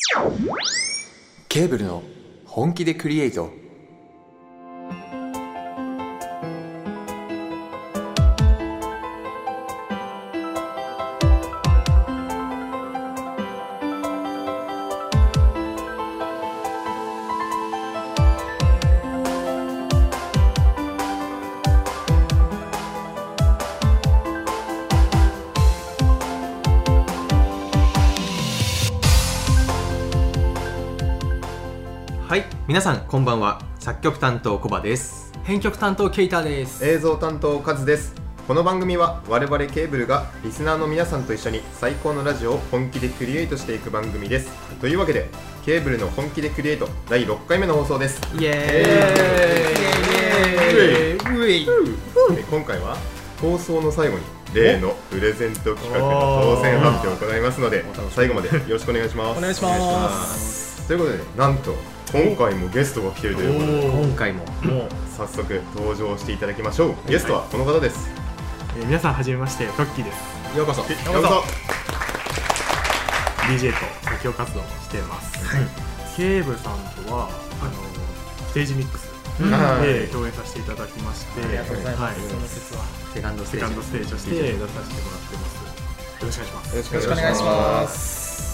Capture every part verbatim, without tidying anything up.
ケーブルの本気でクリエイト。 はい、皆さんこんばんは。作曲担当コバです。 編曲担当ケイタです。 映像担当カズです。この番組は我々ケーブルがリスナーの皆さんと一緒に最高のラジオを本気でクリエイトしていく番組です。というわけでケーブルの本気でクリエイトだいろっかいめの放送です。 イエーイ。ウェイ。 今回は放送の最後に例のプレゼント企画の当選発表を行いますので最後までよろしくお願いします。 お願いします。 ということで、なんと今回もゲストが来ているということで、 今回ももう早速登場していただきましょう。ゲストはこの方です。 えー、皆さんはじめまして、トッキーです。 ようこそ。 ようこそ。 ディージェー と作曲活動をしています。はい、ケーブルさんとはあのステージミックスで共演させていただきまして、 ありがとうございます。 はい、 その説はセカンドステセカンドージステージとして出させてもらってます。よろしくお願いします。 よろしくお願いします。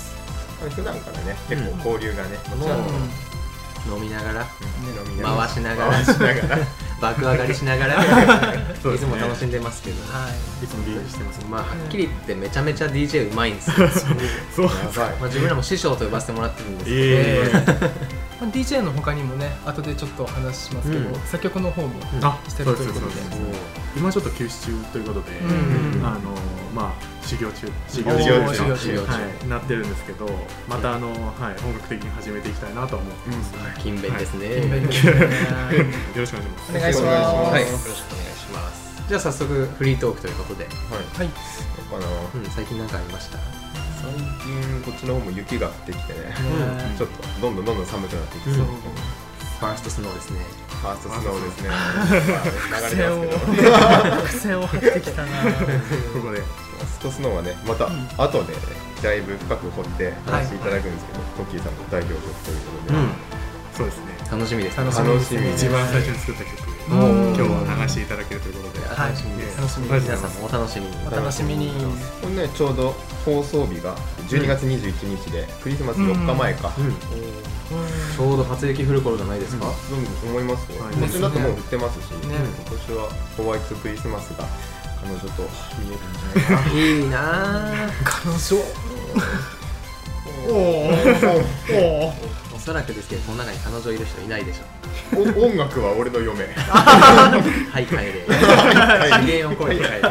普段からね、結構交流がね、もちろん飲みながら、 飲みながら回しながら、爆上がりしながらいつも楽しんでますけど、 いつも ディージェー してます。 まあはっきり言ってめちゃめちゃ ディージェー うまいんですよ。 そう。 やばい。 まあ自分らも師匠と呼ばせてもらってるんですけど、 えディージェー の他にもね、後でちょっとお話ししますけど、作曲の方もあ、 してるということで、 今ちょっと休止中ということで、あのまあ修行中、修行修行中はいなってるんですけど、またあのはい本格的に始めていきたいなと思ってます。 勤勉ですね。 勤勉ですね。 よろしくお願いします。 お願いします。 はい、よろしくお願いします。じゃあ早速フリートークということで、 はい。 はい。 やっぱな、 うん、最近なんかありました？ 最近こっちの方も雪が降ってきてね、ちょっとどんどんどんどん寒くなってきて、 ファーストスノーですね。 ファーストスノーですね。流れてますけど、 苦戦を張ってきたな。 ここでファーストスノーはね、また後でだいぶ深く掘って話していただくんですけど、トッキーさんの代表曲ということで、 そうですね。 楽しみです。 楽しみです。 一番最初に作った曲を今日は流していただけるということで、 楽しみです。 楽しみ皆さんもお楽しみに。 お楽しみに。 これね、ちょうど放送日がじゅうにがつにじゅういちにちでクリスマスよっかまえか。 ちょうど初雪降る頃じゃないですか。 どう思いますよ。今年だともう降ってますし、今年はホワイトクリスマスが彼女と見えるんじゃないかな。 いいなぁ。 彼女。 おお。 おそらくですけど、この中に彼女いる人いないでしょ。 音楽は俺の嫁。 はい帰れ。機嫌を超えて帰れ。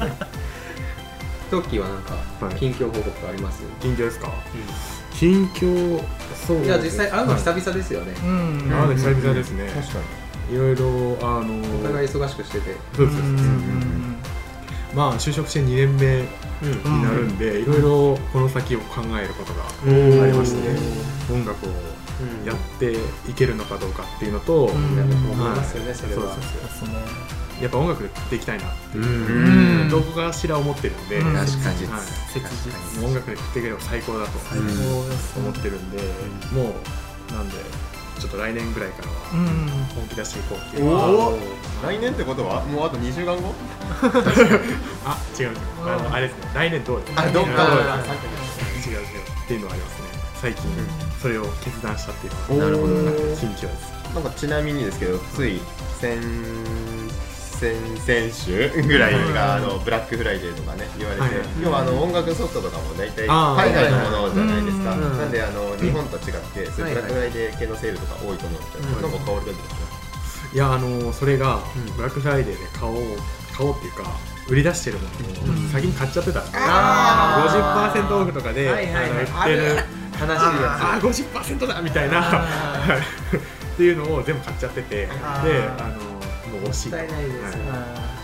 トッキーはなんか近況報告あります？ 近況ですか？近況、そう。 いや実際会うの久々ですよね。 うん。 ああ、久々ですね。 確かに。 いろいろあのお互い忙しくしてて。 そうです。まあ就職してにねんめになるんで、いろいろこの先を考えることがありましてね。音楽をやっていけるのかどうかっていうのと、 思いますよねそれは。 やっぱ音楽で食っていきたいなっていう、どこかしら思ってるんで、 確かに音楽で食っていければ最高だと思ってるんで、もうなんでちょっと来年ぐらいからは本気出していこうっていう。 来年ってことはもうあとにしゅうかんご？ あ、違う、あれですね、来年どうですか？ あ、どっか違う違うっていうのはありますね。最近それを決断したっていうのはなるほど近況です。 なんかちなみにですけど、つい先先々週ぐらいがあのブラックフライデーとかね言われて、要はあの音楽ソフトとかも大体海外のものじゃないですか。なんであの日本と違ってそういうブラックフライデー系のセールとか多いと思うんですけど、なんか変わるんですか？ いや、あのそれがブラックフライデーで買おう買おうっていうか売り出してるものを先に買っちゃってたんで、ごじゅっパーセントオフとかで売ってる悲しいやつ、 ああ ごじゅっパーセント だみたいなっていうのを全部買っちゃってて、であのもう惜しい。 もったいないです。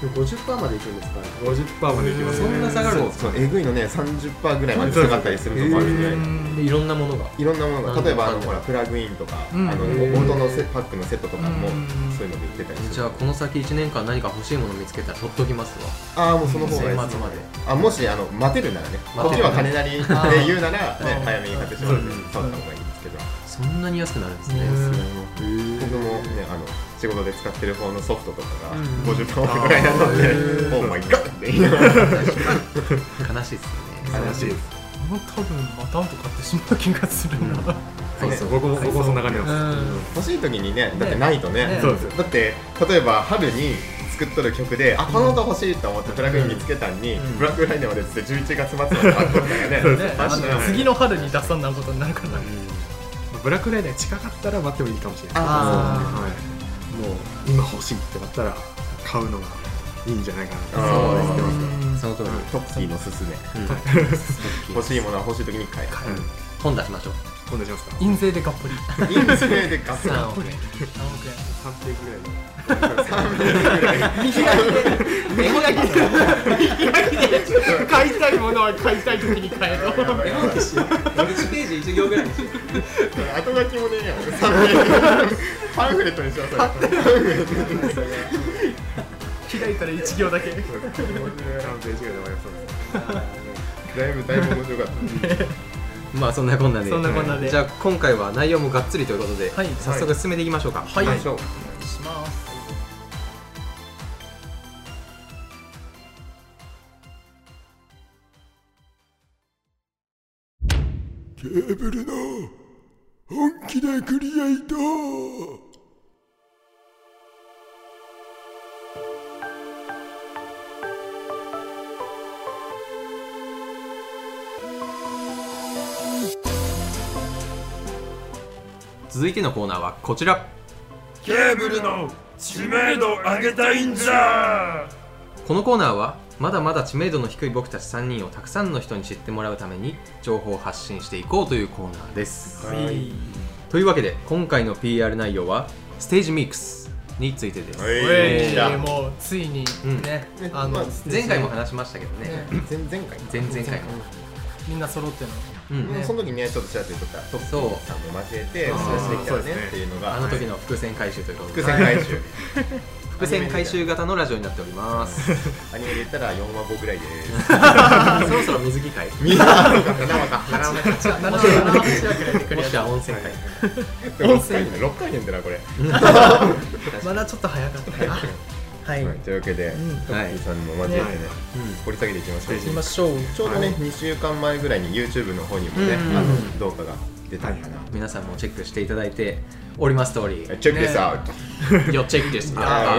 ごじゅっパーセント までいくんですかね。 ごじゅっパーセント までいきますね。 そんな下がるんですか。 そうえぐいのね さんじゅっパーセント ぐらいまで下がったりするとこあるんで、 でいろんなものがいろんなものが例えばあのうんほらプラグインとかあうんの音のセパックのセットとかもそういうので売ってたりする。 じゃあこの先いちねんかん何か欲しいもの見つけたら取っときますわ。 ああもうその方がいい年末です。 まで。 あもしあの待てるならね、こっちは金なりで言うならね早めに買ってしまって買った方がいいんですけど、 そんなに安くなるんですね。 僕もねあの仕事で使ってる方のソフトとかがうんごじゅっパーセントオフぐらいなので、オーマイガッって言いながら悲しいですね。 悲しいです。 もう多分またんと買ってしまう気がするな。 そうです。僕も僕もそんな感じなんです。 欲しい時にねだってないとねねそうですよ。 だって例えば春に作っとる曲であこの音欲しいと思ってプラグイン見つけたんにブラックフライデーまでつってじゅういちがつ末まで買っとったらねね、あの次の春に出さんなことになるから。 ブラックフライデー近かったら待ってもいいかもしれない。 あはい。もう今欲しいってなったら買うのがいいんじゃないかな。 あーそうですね。その通り。 トッキーのすすめうん欲しいものは欲しい時に買え本出しましょう。 今度しますか。 印税でがっぽり。 インフレでガスさんおくえん。 何億円。 さんページぐらいの。 買いたいものは買いたい時に買えろ。 いちページいち行ぐらいにしよう。 後書きもねえやんパンフレットにしようそれパンフレットに開いたらいち行だけ。 さんページぐらいで終わりそうです。 だいぶだいぶ面白かったまあそんなこんなで。 そんなこんなでじゃあ今回は内容もがっつりということで、 はい早速進めていきましょうか。 はい。 行きましょうお願いします。 ケーブルの本気でクリエイト。 続いてのコーナーはこちら。 ケーブルの知名度上げたいんじゃ。 このコーナーはまだまだ知名度の低い僕たちさんにんをたくさんの人に知ってもらうために情報を発信していこうというコーナーです。 はい。 というわけで今回の ピーアール 内容はステージミックスについてです。 はいえ来たー、もうついにね、 うんあのまあ前回も話しましたけどね。 前前回前々回も。 みんな揃っての。 うんねその時にねちょっとちらっと言っとったトッキそうーさんも交えてあーそうしてきたらねそうですねっていうのがあの時の伏線回収ということで伏線回収伏線回収型のラジオになっております。 アニメで言ったらよんわごぐらいですそろそろ水着会、 みんななのかなのかなななはちわくらいでくるやつ。 もしくは温泉会。 ろっかいねろっかいねんだなこれまだちょっと早かったな。はい。 はいというわけでトッキーさんも交えてね掘り下げていきましょう行きましょう。 ちょうどねにしゅうかんまえぐらいに YouTube の方にもねうんあの動画が出たかな皆さんもチェックしていただいております通り、 チェックですアウトよチェックです。 あ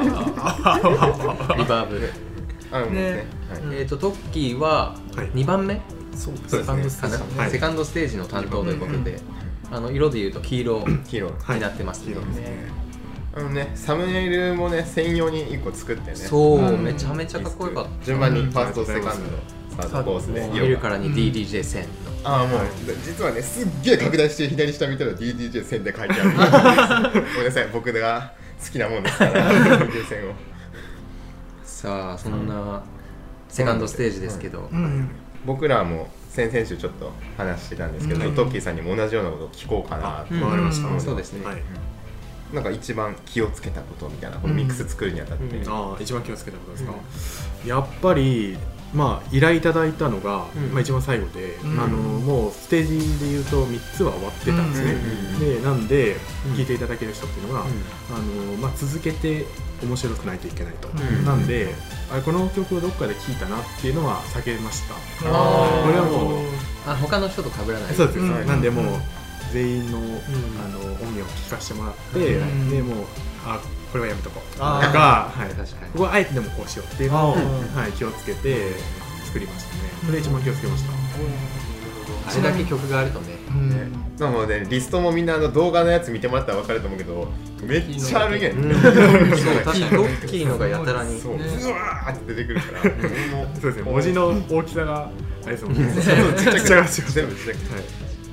リバーブ。 あのねねはいえっとトッキーははいにばんめそうそうですねセカンドステかな、 ージね。 はいセカンドステージの担当ということで、あの色でいうと黄色ヒーローになってますね。 黄色ですねあのねサムネイルもね専用にいっこ作ってねそう、 うんめちゃめちゃかっこよかった。 順番にファーストセカンドサードコースでもう色が見るからに ディーディージェーせんの。 ああもう実はねすっげえ拡大して左下見たら ディーディージェー 線で書いてあるごめんなさい僕が好きなもんですから ディーディージェー 線をさあそんなセカンドステージですけど、 うん。 僕らも先々週ちょっと話してたんですけど、 うんトッキーさんにも同じようなことを聞こうかなって、 うんわかりました。 うんそうですね。 はい。 なんか一番気をつけたことみたいなこのミックス作るにあたって、 うんああ一番気をつけたことですか。やっぱりまあ依頼いただいたのがうんまあ一番最後で、 うんあのもうステージで言うとみっつは終わってたんですね。でなんで聞いていただける人っていうのが、あのまあ続けて面白くないといけないと。 うんなんであこの曲をどっかで聴いたなっていうのは避けました。 あーこれはもうあ他の人と被らない。 そうです、 うんなんでもう全員の,、 んあの音源を聞かせてもらって、 うんでもうあこれはやめとこうとあーか、はい、 確かにここはあえてでもこうしようっていうのを、 うんはい、気をつけて作りましたね。それ一番気をつけました。 あれだけ曲があるとね。 うん。 なのでリストもみんなあの動画のやつ見てもらったら分かると思うけどめっちゃあるげん、 うん、そう確かにトッキーのがやたらに。 そう、 ねうわーって出てくるからもうそうですね、文字の大きさがあれですもんね。 ちっちゃくちっちゃくしました全部ちっちゃくはい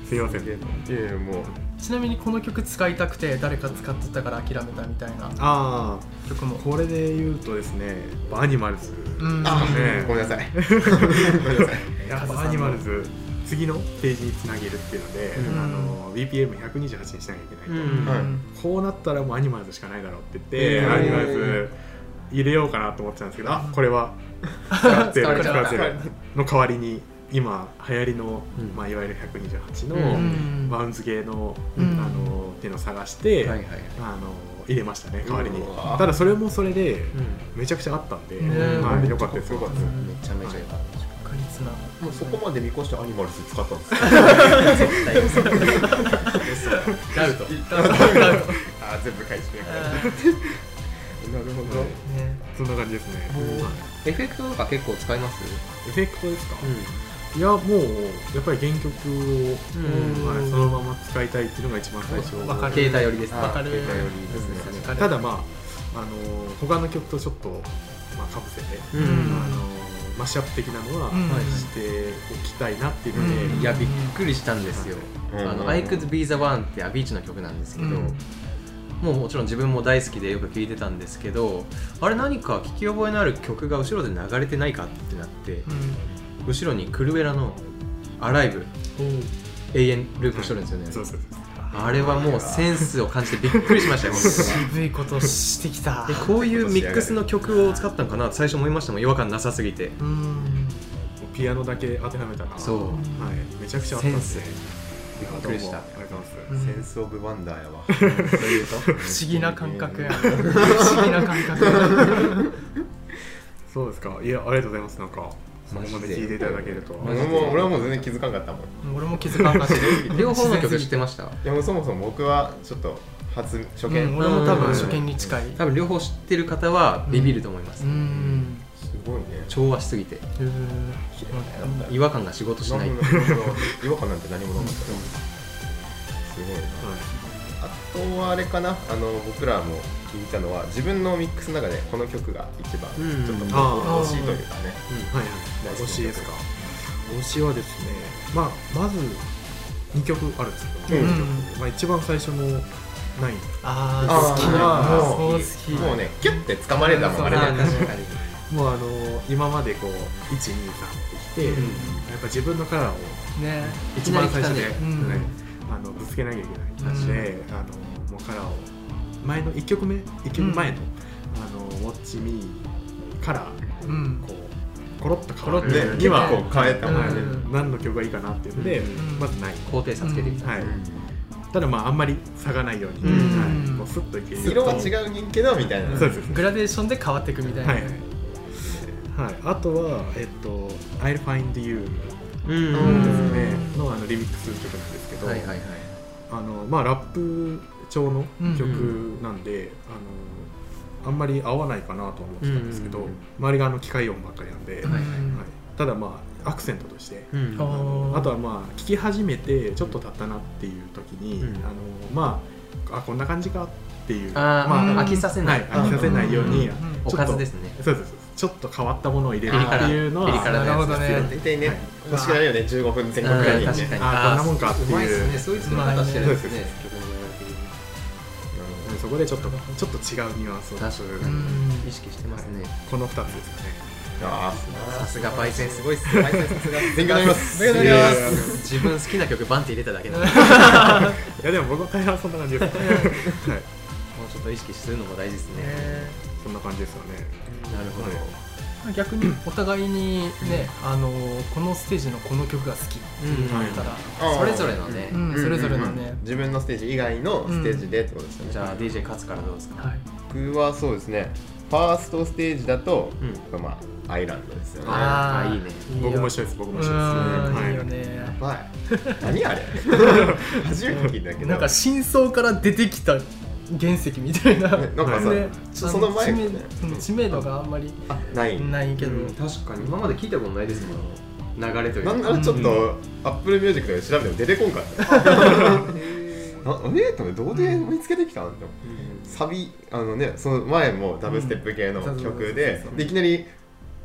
すいません。 いやいやもうちなみにこの曲使いたくて誰か使ってたから諦めたみたいなあ曲も。 あ、これで言うとですね、アニマルズうんですあね。 ごめんなさいごめんなさいやっぱアニマルズ次のページにつなげるっていうので、 うんあの ビーピーエムひゃくにじゅうはち にしなきゃいけないと、 うんはいこうなったらもうアニマルズしかないだろうって言って、 えーアニマルズ入れようかなと思ってたんですけど、あこれは使ってる使われちゃった使ってるの代わりに今流行りの、 うんまあ、いわゆるひゃくにじゅうはちの、 うんバウンズ系の、 うんあのっていうのを探して、 はいはいはいあの入れましたね代わりに。 うわただそれもそれでうんめちゃくちゃあったんで、 うんはい、よかったですよかったですうんめちゃめちゃ良かった確実な。 もうそこまで見越してアニマルズ使ったんですかダウトあ全部回収なるほどね、 そんな感じですね。 うんはいエフェクトとか結構使います？ エフェクトですか、 ういやもうやっぱり原曲を、 んはい、そのまま使いたいっていうのが一番最初。 わかる携帯寄りですね。 わかる携帯寄りですねわかるただまあ、あの他の曲とちょっと、まあ、かぶせて、 うんあのマッシュアップ的なのは、 うんしておきたいなっていうので、 うんいやびっくりしたんですよ。 うんあの I Could Be the One ってアビーチの曲なんですけど、 うんもうもちろん自分も大好きでよく聴いてたんですけど、あれ何か聞き覚えのある曲が後ろで流れてないかってなって、後ろにクルエラのアライブ永遠ループしとるんですよね。 そうそうあれはもうセンスを感じてびっくりしましたよ本当に。 渋いことしてきたで。こういうミックスの曲を使ったのかなって最初思いましたもん。違和感なさすぎて。 うんそうピアノだけ当てはめたら、 そうはい、めちゃくちゃあったんですね。 びっくりしたありがとうございます。 うんセンスオブワンダーやわそういうと不思議な感覚や。不思議な感覚。 そうですか。いやありがとうございます。なんかそこまで聞いていただけると。 マジで俺も俺はもう全然気づかなかったもん俺も気づかなかった。 両方の曲知ってました？ いやもうそもそも僕はちょっと初初見、 うん、俺も多分初見に近い。 多分両方知ってる方はビビると思います。 うん。 すごいね調和しすぎて違和感が仕事しない。 なるほど違和感なんて何もなかったすごいなあとはあれかな、あの僕らも聞いたのは自分のミックスの中でこの曲が一番うんちょっとあー惜しいというかね、 はいはい。推しですか。推しはですね、まあまずにきょくあるんですけど、 うんにきょくまあ一番最初のナイン。 ああーー好きな。 もうそう好き。 もうねキュッて掴まれたもんあれそうね確かに。 もうあの今までこういち、に、さんってきて、 うんやっぱ自分のカラーをね。 一番最初で、 いきなり来たねうんはいあのぶつけなきゃいけない話で、あのもうカラーを前のいっきょくめいっきょくまえの、あのウォッチミーからうん。 こうコロッと変わるコロッとねには結構変えたもんね、 はいうん何の曲がいいかなっていうので、 んまずない、 高低差つけてきた。 はいただまああんまり差がないように、 うんはい、こうスッといける色は違うねんけどみたいな、 そうですグラデーションで変わっていくみたいな。 はいはい、あとは、えっと「I'll Find You」 うんですねのあのリミックス曲なんですけど、 はいはいはい。 あのまあ、ラップ調の曲なんで、あのあんまり合わないかなと思ってたんですけど、 うんうんうん周りがあの機械音ばっかりなんで、 はいはいはいただまあアクセントとして、 うんあーあとはまあ聴き始めてちょっと経ったなっていう時に、 うんあのまああこんな感じかっていうあーま飽きさせないはい、飽きさせないように、 うんおちょっとかずですね。 そうですちょっと変わったものを入れるっていうのはピリ辛なるほどね。 大体ね、 はい欲しくなるよねじゅうごふん前後くらいにね、 うん確かにあこんなもんかっていううまいっすね。そういう使い方してるんですねうまいね。 曲の言われてるようにそこでちょっとちょっと違うニュアンスを確かうにん意識してますね。 このふたつですかねあさすが焙煎すごいっすね。 あ、さすが勉強になります。 勉強になります自分好きな曲バンって入れただけなので、もいやでも僕の大半はそんな感じですはいうちょっと意識するのも大事ですね。 そんな感じですよねなるほど。 逆にお互いにね、あのこのステージのこの曲が好きって言ったら、 あーそれぞれのねう。ん、それぞれのね、 自分のステージ以外のステージでってことですよね。 じゃあ ディージェー 勝つからどうですか。 はい、 僕はそうですね、ファーストステージだと、 うんまあアイランドですよね。 あーあーいいね。 僕も一緒です僕もう一緒ですーん、いいよはいね。 やばい。何あれ？初めて聞いたけど。 なんか真相から出てきた原石みたいな。 ねなんかさねちょその前もね知名その知名度があんまりあない。 ないけど、 確かに今まで聞いたことないですもん。流れというか。 なんならちょっと、アップルミュージックとかで調べても出てこんかった。あ、えっとどうで見つけてきたんって思ってサビあのねその前もダブステップ系の曲で、でいきなり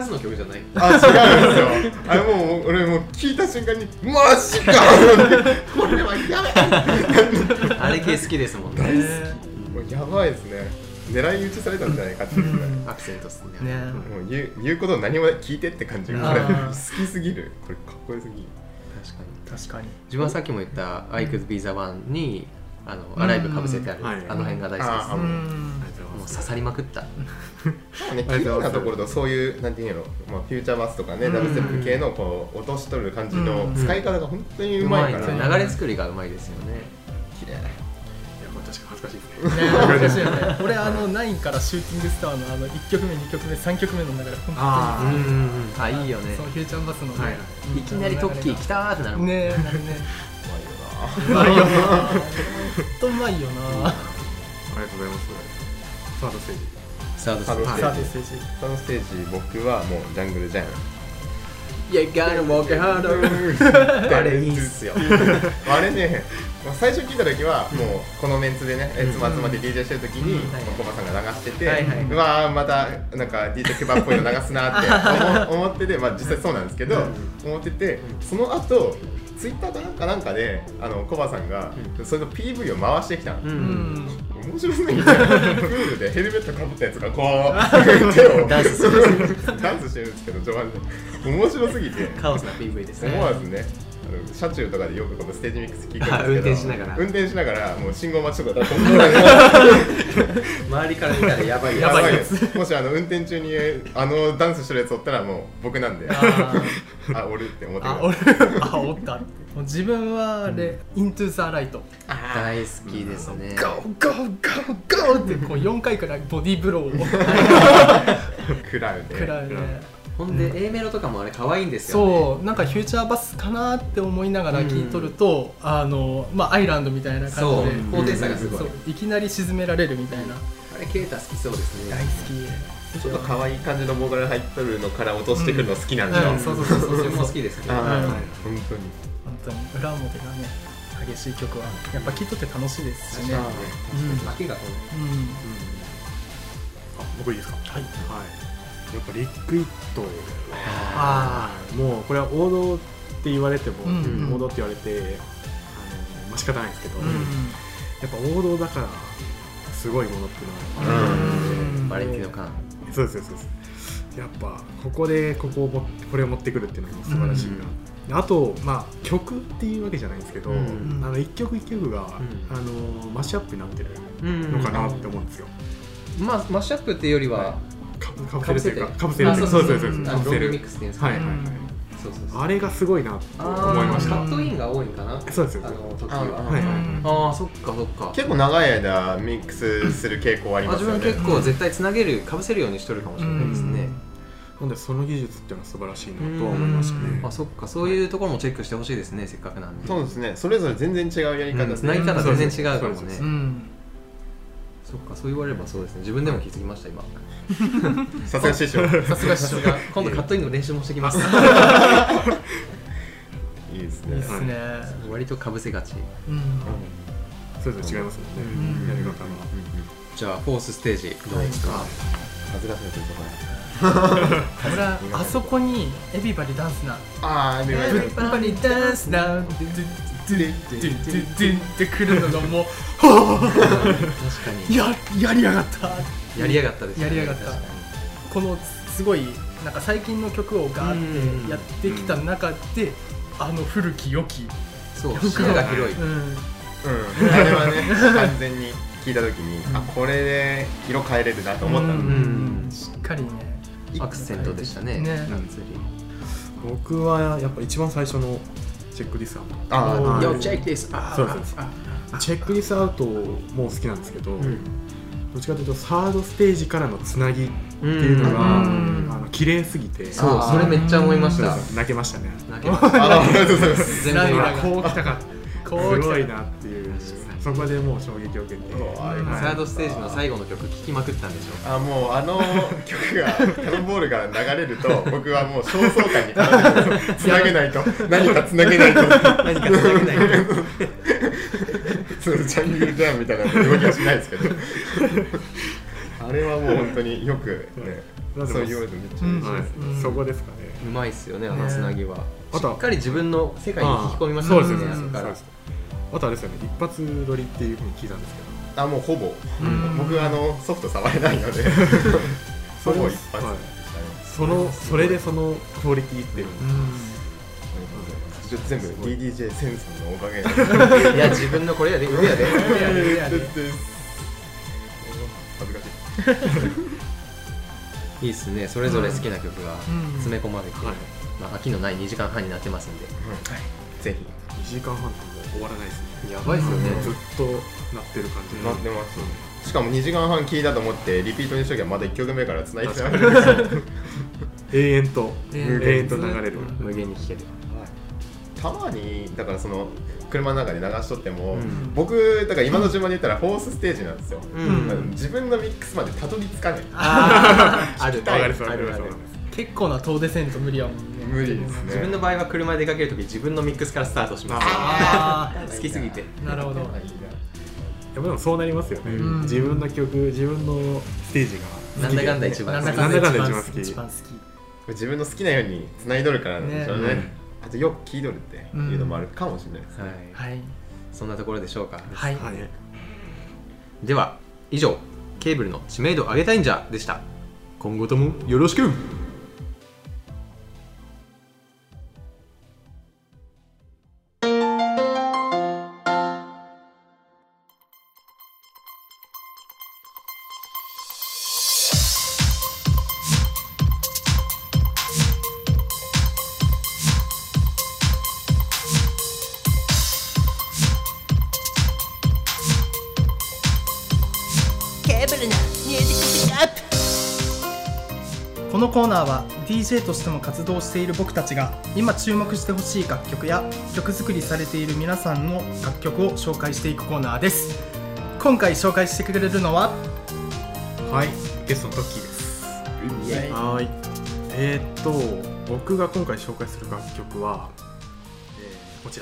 カズの曲じゃない？ あ、違うんですよ。あれもう俺もう聞いた瞬間にマジかこれはやばいあれ系好きですもんね。 もうやばいですね。狙い撃ちされたんじゃないかっていうぐらいアクセントっすね。 ねもう言う、言うことを何も聞いてって感じがこれ好きすぎる。これかっこよすぎる。 確かに確かに自分はさっきも言った I could be the one にあのアライブかぶせてあるあの辺が大好きです。 うもんう刺さりまくった。 ね、綺麗なところとそういうなんていうの、まあ、フューチャーバスとかね、ダブステップ系のこう落とし取る感じの使い方が本当にうまいから、 うまい流れ作りがうまいですよね。 綺麗。 いや、まあ確かに恥ずかしいですね。 ね、恥ずかしいよね。俺あのナインからシューティングスターのあのいっきょくめにきょくめさんきょくめの流れ本あ当にうんうんうんあいいよねそうフューチャーバスのね、 はいはいいきなりトッキー来たーってなるもん。 ねなるねうまいよな。 うまいよなほんとうまいよなありがとうございます。サードステージ。 サードステージ。 サードステージサードステージそのステージ僕はもうジャングルジャイアン。 You gotta walk harder あれいいっすよ。 あれね、まあ、最初聞いた時はもうこのメンツでね、いつも集まって ディージェー してる時にコバさんが流してて、 はいはいうわーまたなんか ディージェー ケバっぽいの流すなって思思ってて、まあ実際そうなんですけど、思ってて、その後ツイッターかなんかなんかであのコバさんがそれの ピーブイ を回してきたの。 うんうん面白すぎて、プールでヘルメットかぶったやつがこう手をダンスするダンスしてるんですけど序盤で面白すぎてカオスな ピーブイ ですね。 思わずね、あの車中とかでよくこのステージミックス聞くんですけど、 あ運転しながら運転しながらもう信号待ちとかだと周りから見たらやばいやばいややつ。もしあの運転中にあのダンスしてるやつおったらもう僕なんで、 ああ俺って思ってあくだ俺あおったってもう自分はあれ、イントゥザライト大好きですね。 ゴーゴーゴーゴーってこうよんかいからボディーブローをさい。食らうね。 食らうねほんで A メロとかもあれ可愛いんですよね。 そうなんかフューチャーバスかなって思いながら聞いとると、あのまあアイランドみたいな感じでそう高低差がすごいそういきなり沈められるみたいな、 あれケイタ好きそうですね。 大好きちょっと可愛い感じのボーカル入っとるのから落としてくるの好きなんでしょ。 うんそうそうそうそう自分も好きですね。 あーはい本当に。 本当に裏表がね激しい曲はやっぱ聴いとって楽しいですしね。 飽きが来ない。 あ、僕いいですか。はい、はい、やっぱリクイッド、 ああもうこれは王道って言われても、うんうん、王道って言われてあの、まあ、仕方ないんですけど、うんうん、やっぱ王道だからすごいものっていうのはあるので、 バレンティーノ感。 そうですそうです。やっぱここでここをもこれを持ってくるっていうのも素晴らしいな、うん、あと、まあ、曲っていうわけじゃないんですけど、うん、あの一曲一曲が、うん、あのマッシュアップになってるのかなって思うんですよ、 うん、まあ、マッシュアップっていうよりはかぶせるというかかぶせるそうそうそうそう、ロングミックスっていうんですかね、はいはいはい、 そうそうそう、あれがすごいなと思いました。 カットインが多いかな。 そうですよ。 あの時は。 はいはい。 ああ、そっかそっか。 結構長い間ミックスする傾向ありますよね。 自分結構絶対つなげる、かぶせるようにしとるかもしれないですね。 なんでその技術っていうのは素晴らしいなとは思いましたね。 あ、そっか、そういうところもチェックしてほしいですね、せっかくなんで。 そうですね。それぞれ全然違うやり方、 つなぎ方全然違うかもね。そっか、そう言われればそうですね。自分でも気づきました今。 さすが師匠。 さすが師匠が。今度カットインの練習もしてきます。 いいですね。 いいですね。 割と被せがち。 それぞれ違いますもんね。やり方が。 じゃあフォースステージどうですか。 恥ずかしいですこれ。これはあそこにエビバリダンスな。 ああ、エビバリダンスな。ドゥドゥドゥドゥドゥドゥってくるのがもう。確かに。 ややりやがった。 やりやがったですね。 やりやがった。このすごいなんか最近の曲をガーってやってきた中で、あの古き良きそう視野が広い。 うん。あれはね完全に聞いた時に、あ、これで色変えれるなと思ったの。 しっかりねアクセントでしたね。 僕はやっぱ一番最初のチェックディスアウト。 ああ、Yo check this。 そうそうそう。チェックディスアウトも好きなんですけど。どっちかというとサードステージからのつなぎっていうのがあの綺麗すぎて、 そうそれめっちゃ思いました。 泣けましたね。 泣けました。 ありがとうございます。全部こう来たかった。すごいなっていう、そこでもう衝撃を受けて、 サードステージの最後の曲聴きまくったんでしょう。 あ、もうあの曲がキャノンボールが流れると僕はもう焦燥感につなげないと何かつなげないと何かつなげないとそうジャングルジャンみたいな動きはしないですけどあれはもう本当によくね、そういうめっちゃ嬉しいです。 そこですかね。 うまいっすよね、あのつなぎは。しっかり自分の世界に引き込みましたね。 あとあれですよね、一発撮りっていうふうに聞いたんですけど。 あ、もうほぼ。僕あのソフト触れないのでほぼ一発。 そのそれでそのクオリティっていうの。 全部 ディーディージェー センさんのおかげで。 いや自分のこれやで、上やで。 恥ずかしい。いいっすね。それぞれ好きな曲が詰め込まれて、まあ飽きのないにじかんはんになってますんで、ぜひ。 にじかんはんってもう終わらないですね。 やばいっすよね。 ずっと鳴ってる感じ。 鳴ってます。しかもにじかんはん聞いたと思ってリピートにしときゃまだいっきょくめから繋いでた。 永遠と永遠と流れる。 無限に聴ける。 たまにだからその車の中で流しとっても、うん、僕だから今の順番で言ったらフォースステージなんですよ、うん、自分のミックスまでたどり着かない。 ああるあるあるある。結構な遠出せんと無理やもんね。 無理ですね。 自分の場合は車で出かけるとき自分のミックスからスタートします。あ好きすぎて。 なるほど。 やっぱでもそうなりますよね、うん、自分の曲、自分のステージがなんだかんだ一番好き。 なんだかんだ一番好き。 一番好き。 自分の好きなように繋いどるからなんでしょうね。ね、あとよく聴いとるっていうのもあるかもしれないですね、 うん、はい、はい、そんなところでしょうか。 はい、 はい、では以上ケーブルの知名度上げたいんじゃでした。今後ともよろしく。 このコーナーは ディージェー としても活動している僕たちが今注目してほしい楽曲や曲作りされている皆さんの楽曲を紹介していくコーナーです。今回紹介してくれるのは、 はい、ゲストのトッキーです。はい、えー、っと僕が今回紹介する楽曲は、えー、こちら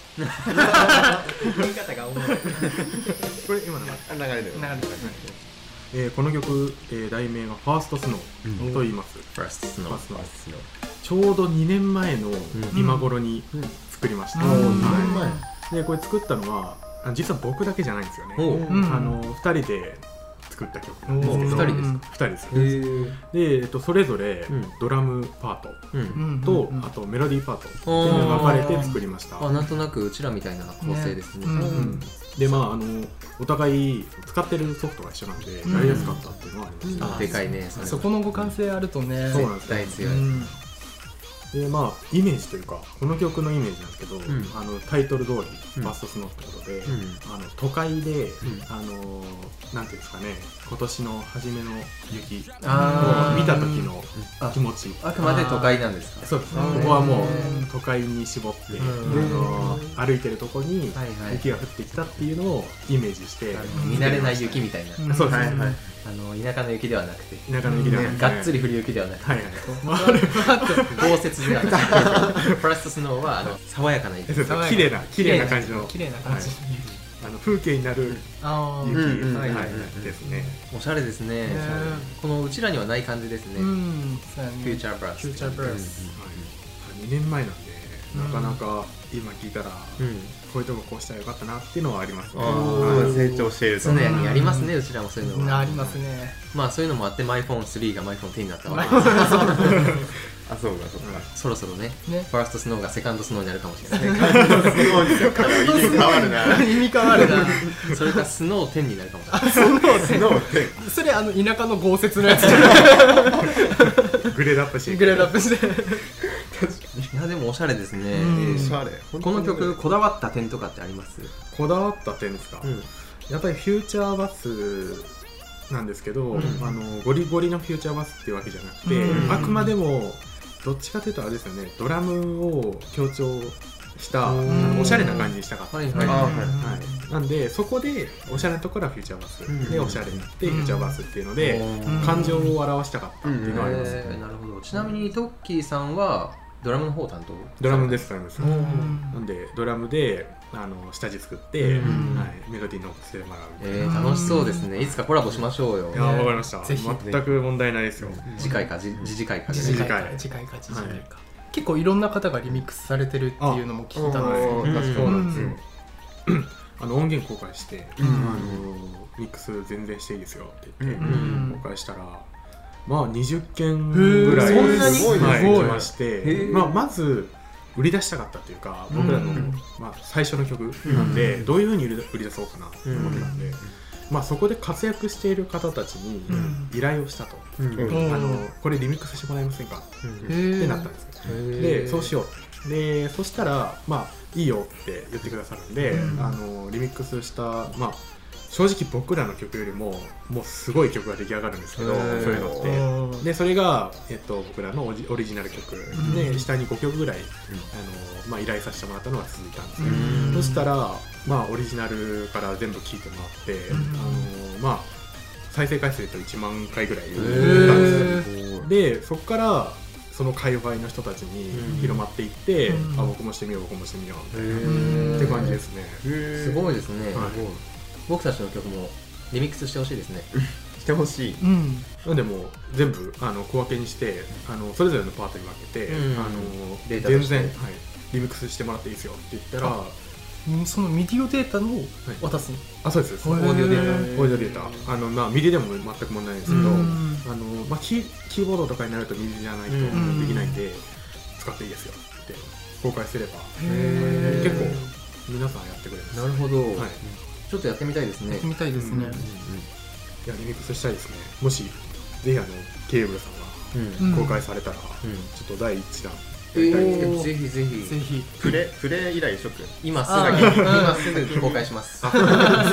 言い方が重いこれ今の流れで流れてえー、この曲、えー、題名がファーストスノーと言います。 ファーストスノーちょうどにねんまえの今頃に作りました。 うんうんはいでこれ作ったのは実は僕だけじゃないんですよね。 うんあのふたりで作った曲なんですけど、 ふたりですか？ ふたりです。 へーで、えっと、それぞれうんドラムパートうんと、 うんあとメロディーパートっていうのが分かれて作りました。 あ、なんとなくうちらみたいな構成ですね。 ねうんうんでまああのお互い使ってるソフトが一緒なんでうんやりやすかったっていうのはありました。 あでかいね。それそこの互換性あるとねそうなんですよ大強い。 うんでまあイメージというかこの曲のイメージなんですけど、 んあのタイトル通り、 うんファーストスノーってことで、 うんあの都会で、 んあのなんていうんですかね今年の初めの雪をあー見た時のあ気持ち、 あくまで都会なんですか？ そうですねうんここはもう都会に絞って、 うんあの歩いてるとこにはいはい。 雪が降ってきたっていうのをイメージして、 あの見慣れない雪みたいな。 うんそうですね、 はいはいあの田舎の雪ではなくて、 田舎の雪ではなくて、 がっつり降る雪ではなくて、 はいはい豪雪ではなくて、ファーストスノーはあの爽やかな雪。 そうそう綺麗な綺麗な感じの綺麗な感じはいあの風景になるあ雪、 うんうんはいうんですね。 おしゃれですね。 ねこのうちらにはない感じですね。 ーうんそうやねフューチャーブラス。 フューチャーブラスはいにねんまえなんで、なかなか今聞いたら、 うん。 こういうとここうしたらよかったなっていうのはありますね。 あはい成長していると常にありますね、うちらもそういうのは。 ありますねまあそういうのもあって、マイフォンスリーがマイフォンテンになったわけあそうかそうかそろそろね、 ねファーストスノーがセカンドスノーになるかもしれない。 すごいですよから意味変わるな意味変わるなそれかスノーテンになるかもしれない。 そのスノーってそれあの田舎の豪雪のやつじゃないグレードアップしていくグレードアップしていやでもおしゃれですね。 うんおしゃれこの曲こだわった点とかってあります？ こだわった点ですか、 うんやっぱりフューチャーバスなんですけど、 うんあのゴリゴリのフューチャーバスっていうわけじゃなくて、 うんあくまでもどっちかというとあれですよね、ドラムを強調したあうんのおしゃれな感じにしたかった、 はいはいあはいはい、なんでそこでおしゃれなところはフューチャーバス、 うんでおしゃれになってフューチャーバスっていうので、 うん感情を表したかったっていうのはあります、 えーなるほど。ちなみにトッキーさんはドラムの方を担当？ ドラムですからね、 うんなんでドラムであの下地作って、 うんはい、メロディー乗せてもらうみたいな、 えー、楽しそうですね。いつかコラボしましょうよい。やーわかりましたぜひ全く問題ないですよ、 次回か次次次回か次でね。 回か次回か次回か結構いろんな方がリミックスされてるっていうのも聞いたのでうん確かにそうなんですよ、 うんあの音源公開して、 うんあのミックス全然していいですよって言って、 うん公開したらまあにじゅっけんぐらいへーそんなにはいすごい来まして、 へーまあ、まず売り出したかったというか僕らの、 うんまあ、最初の曲なんで、 うんどういうふうに売り売り出そうかなと思ってたんで、まあ、そこで活躍している方たちにん依頼をしたと、 うんうんあのこれリミックスしてもらえませんかうんってへーなったんですよ。 へーでそうしようでそしたらまあいいよって言ってくださるんで、 うんあのリミックスしたまあ正直僕らの曲よりももうすごい曲が出来上がるんですけど、 へーそういうのってでそれが、えっと、僕らのオリオリジナル曲で、 うん下にごきょくぐらい、あのまあ、依頼させてもらったのが続いたんですよ、 うんそしたら、まあ、オリジナルから全部聴いてもらって、 うんあのまあ、再生回数で言うといちまんかいぐらいへ売ったんですよーでそこからその界隈の人たちに広まっていって、 うんあ僕もしてみよう僕もしてみようみたいな、 へーって感じですね。 すごいですね。 はい僕たちの曲もリミックスしてほしいですね。 してほしいうんなんでもう全部あの小分けにしてあのそれぞれのパートに分けて、 うんあのデータとして全然、はい、リミックスしてもらっていいですよって言ったらうんそのミディオデータの渡すのあそうですそうですへーオーディオデータオーディオデータあの、まあ、ミディでも全く問題ないんですけど、 うんあのまあ、キ, キーボードとかになるとミディじゃないとうんできないんで、使っていいですよって公開すればへー結構皆さんやってくれますなるほど、 はいちょっとやってみたいですね。 やってみたいですねいやリミックスしたいですねもしぜひあのケーブルさんがうんうん公開されたら、 うんちょっとだいいちだんえやりたいですけど、 ー、ぜひぜひぜひプレプレ以来ショック今すあぐー今すぐ公開します。 じゃあちょっ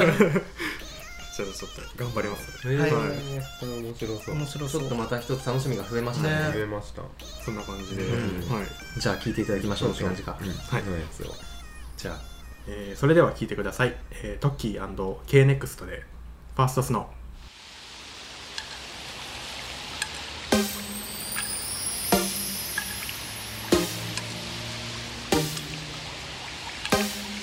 と頑張ります、 へーはいこれ面白そう面白そうちょっとまた一つ楽しみが増えましたね。 ね増えましたそんな感じで、 うんはい、 じゃあ聞いていただきましょうって感じか。 はいのやつをじゃあえーそれでは聴いてください、えートッキー &K ネクストでファーストスノー。 「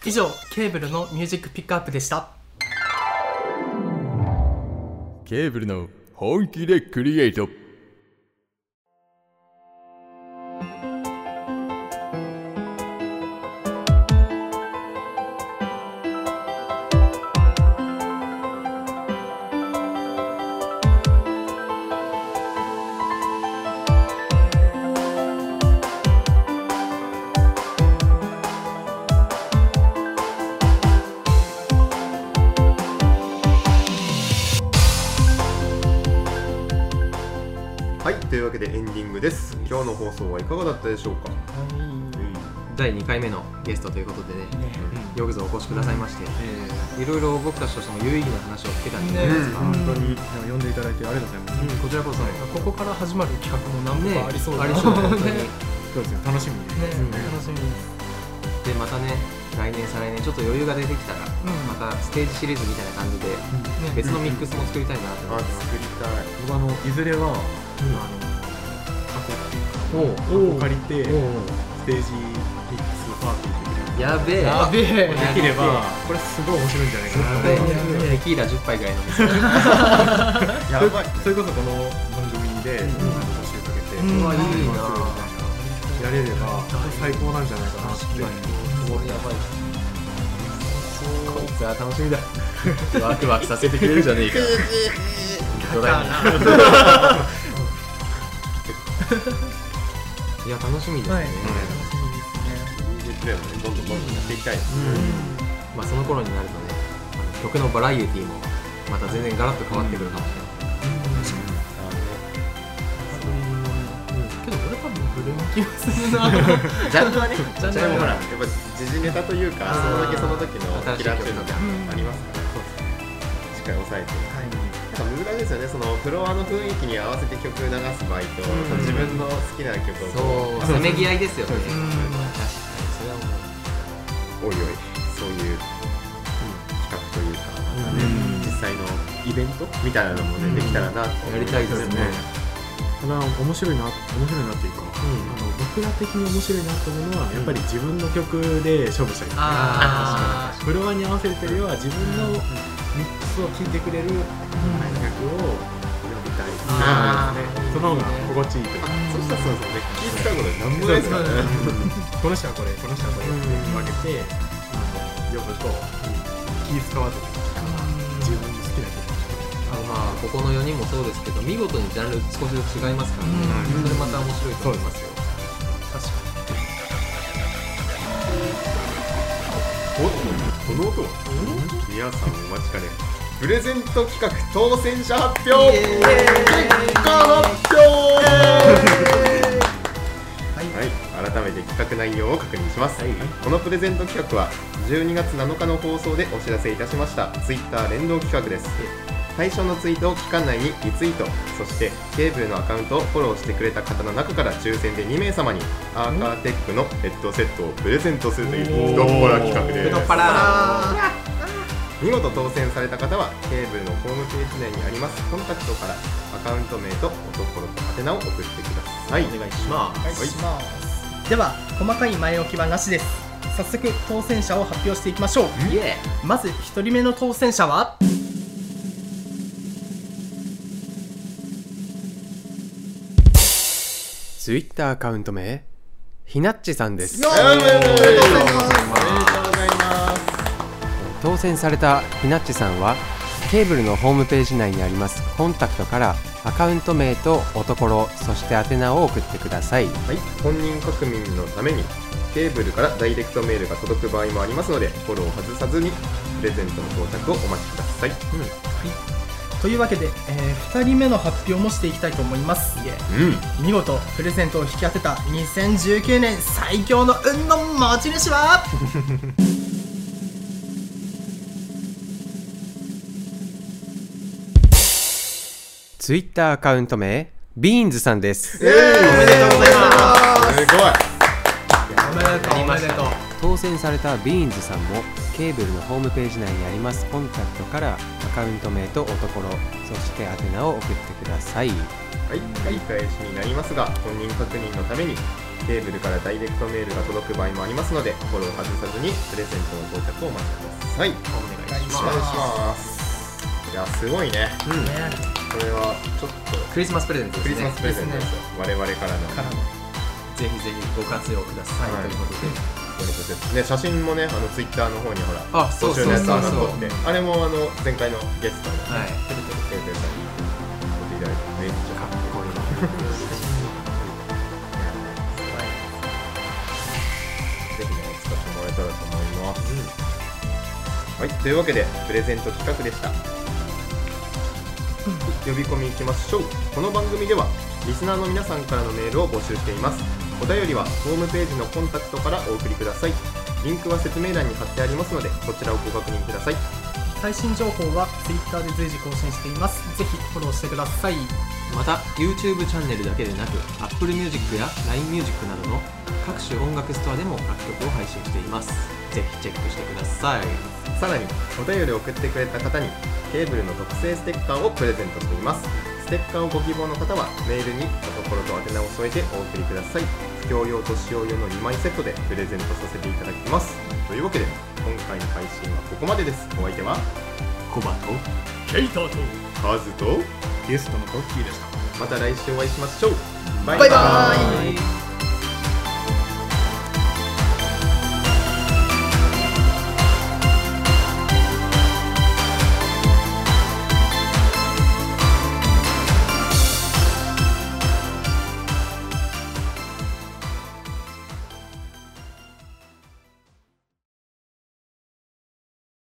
以上ケーブルのミュージックピックアップでした。 ケーブルの本気でクリエイト。 はい、というわけでエンディングです。今日の放送はいかがだったでしょうか。 だいにかいめのゲストということでね、よくぞお越しくださいまして、いろいろ僕たちとしても有意義な話を聞けたんじゃないですか。 本当に呼んでいただいてありがとうございます。 こちらこそ、 ここから始まる企画も何個かありそうだな。 ありそうだね。 そうですね、楽しみですね。 楽しみです。 でまたね、来年再来年ちょっと余裕が出てきたら、またステージシリーズみたいな感じで別のミックスも作りたいなと思あ、 ってます。 作りたい。 僕あのいずれは、あの箱を借りてステージミックスパーティー的なやべえやべえできればこれすごい面白いんじゃないかなと思って。 テキーラじゅっぱいぐらい飲みそう。 やばい。 それこそこの番組で募集かけて、 うんうわいいなやれれば最高なんじゃないかなって思って。 やばい。こいつは楽しみだ。ワクワクさせてくれるじゃねえか。ドライいや楽しみですね。 はい、楽しみですね。 ディージェー プレイもね、どんどんどんどんやっていきたいですね。 まあその頃になるとね、あの曲のバラエティもまた全然ガラッと変わってくるかもしれない。 けど俺多分ブレン気がするな。 ジャンルはね、 ジャンルもほら、やっぱ時事ネタというか、その時その時のキラーっていうのがありますから、しっかり抑えて。難しいですよね、そのフロアの雰囲気に合わせて曲流す場合と、自分の好きな曲をそう、せめぎ合いですよね。確かにそれはもうおいおい、そういう企画というか、またね、実際のイベントみたいなのもね、できたらなとやりたいですね。 ただ面白いな、面白いなっていうか、あの僕ら的に面白いなと思うのはやっぱり自分の曲で勝負したりとか、フロアに合わせてるよりは自分のミックスを聴いてくれる曲を呼びたいですね。その方が心地いいというか。 そしたらそうですね、気使うことなんもないですからね。 この人はこれ、この人はこれって分けて呼ぶと気使わずに自分の好きな曲。 まあここのよにんもそうですけど、見事にジャンル少しずつ違いますからね。それまた面白いと思いますよ。 確かおっと、この音は皆さんお待ちかね、プレゼント企画当選者発表、結果発表。はい、改めて企画内容を確認します。このプレゼント企画はじゅうにがつなのかの放送でお知らせいたしましたツイッター連動企画です。対象のツイートを期間内にリツイート、そしてケーブルのアカウントをフォローしてくれた方の中から抽選でにめいさまにアーカーテックのヘッドセットをプレゼントするという太っ腹企画です。 太っ腹。 見事当選された方はケーブルのホームページ内にありますコンタクトからアカウント名とおところと宛名を送ってください。 お願いしまにお願いします。では細かい前置きはなしです。早速当選者を発表していきましょう。 す。イエまずひとりめの当選者はツイッターアカウント名ひなっちさんです。 おめでとうございます。おめでとうございます。 当選されたひなっちさんはケーブルのホームページ内にありますコンタクトからアカウント名とおところ、そして宛名を送ってください。 はい、本人確認のためにケーブルからダイレクトメールが届く場合もありますので、フォローを外さずにプレゼントの到着をお待ちください。 というわけで、えー、ふたりめの発表もしていきたいと思います。 うん、 見事プレゼントを引き当てたにせんじゅうきゅうねん最強の運の持ち主はツイッターアカウント名ビーンズさんです。 えー、おめでとうございます。すごい。 おめでとうおめでとう。 当選されたビーンズさんもケーブルのホームページ内にありますコンタクトからアカウント名とおところ、そして宛名を送ってください。 はい、繰り返しになりますが、本人確認のためにケーブルからダイレクトメールが届く場合もありますので、フォローを外さずにプレゼントの到着をお待ちください。 お願いしお願いしまます。いや、すごいね。 す。うん。 ねこれはちょっとクリスマスプレゼントですね。 クリスマスプレゼントですよ。我々からの。 からのぜひぜひご活用ください、 はいということで。 これとですね、写真もね、あのツイッターの方にほら、 あ、そう募そうそうそう。 集のやつ上がっとって、あれもあの前回のゲストのね、 はい。 テレテレさんに撮っていただいて、めっちゃかっこいい。ぜひね、使ってもらえたらと思います。はい、というわけでプレゼント企画でした。呼び込みいきましょう。この番組ではリスナーの皆さんからのメールを募集しています。お便りはホームページのコンタクトからお送りください。リンクは説明欄に貼ってありますので、こちらをご確認ください。 最新情報は Twitter で随時更新しています。ぜひフォローしてください。 また YouTube チャンネルだけでなく Apple Music や ライン Music などの各種音楽ストアでも楽曲を配信しています。ぜひチェックしてください。 さらにお便りを送ってくれた方にケーブルの特製ステッカーをプレゼントしています。ステッカーをご希望の方はメールにおところと宛名を添えてお送りください。不況用と使用用のにまいセットでプレゼントさせていただきます。というわけで今回の配信はここまでです。お相手はコバとケイタとカズとゲストのトッキーでした。 また来週お会いしましょう。バイバイバーイ。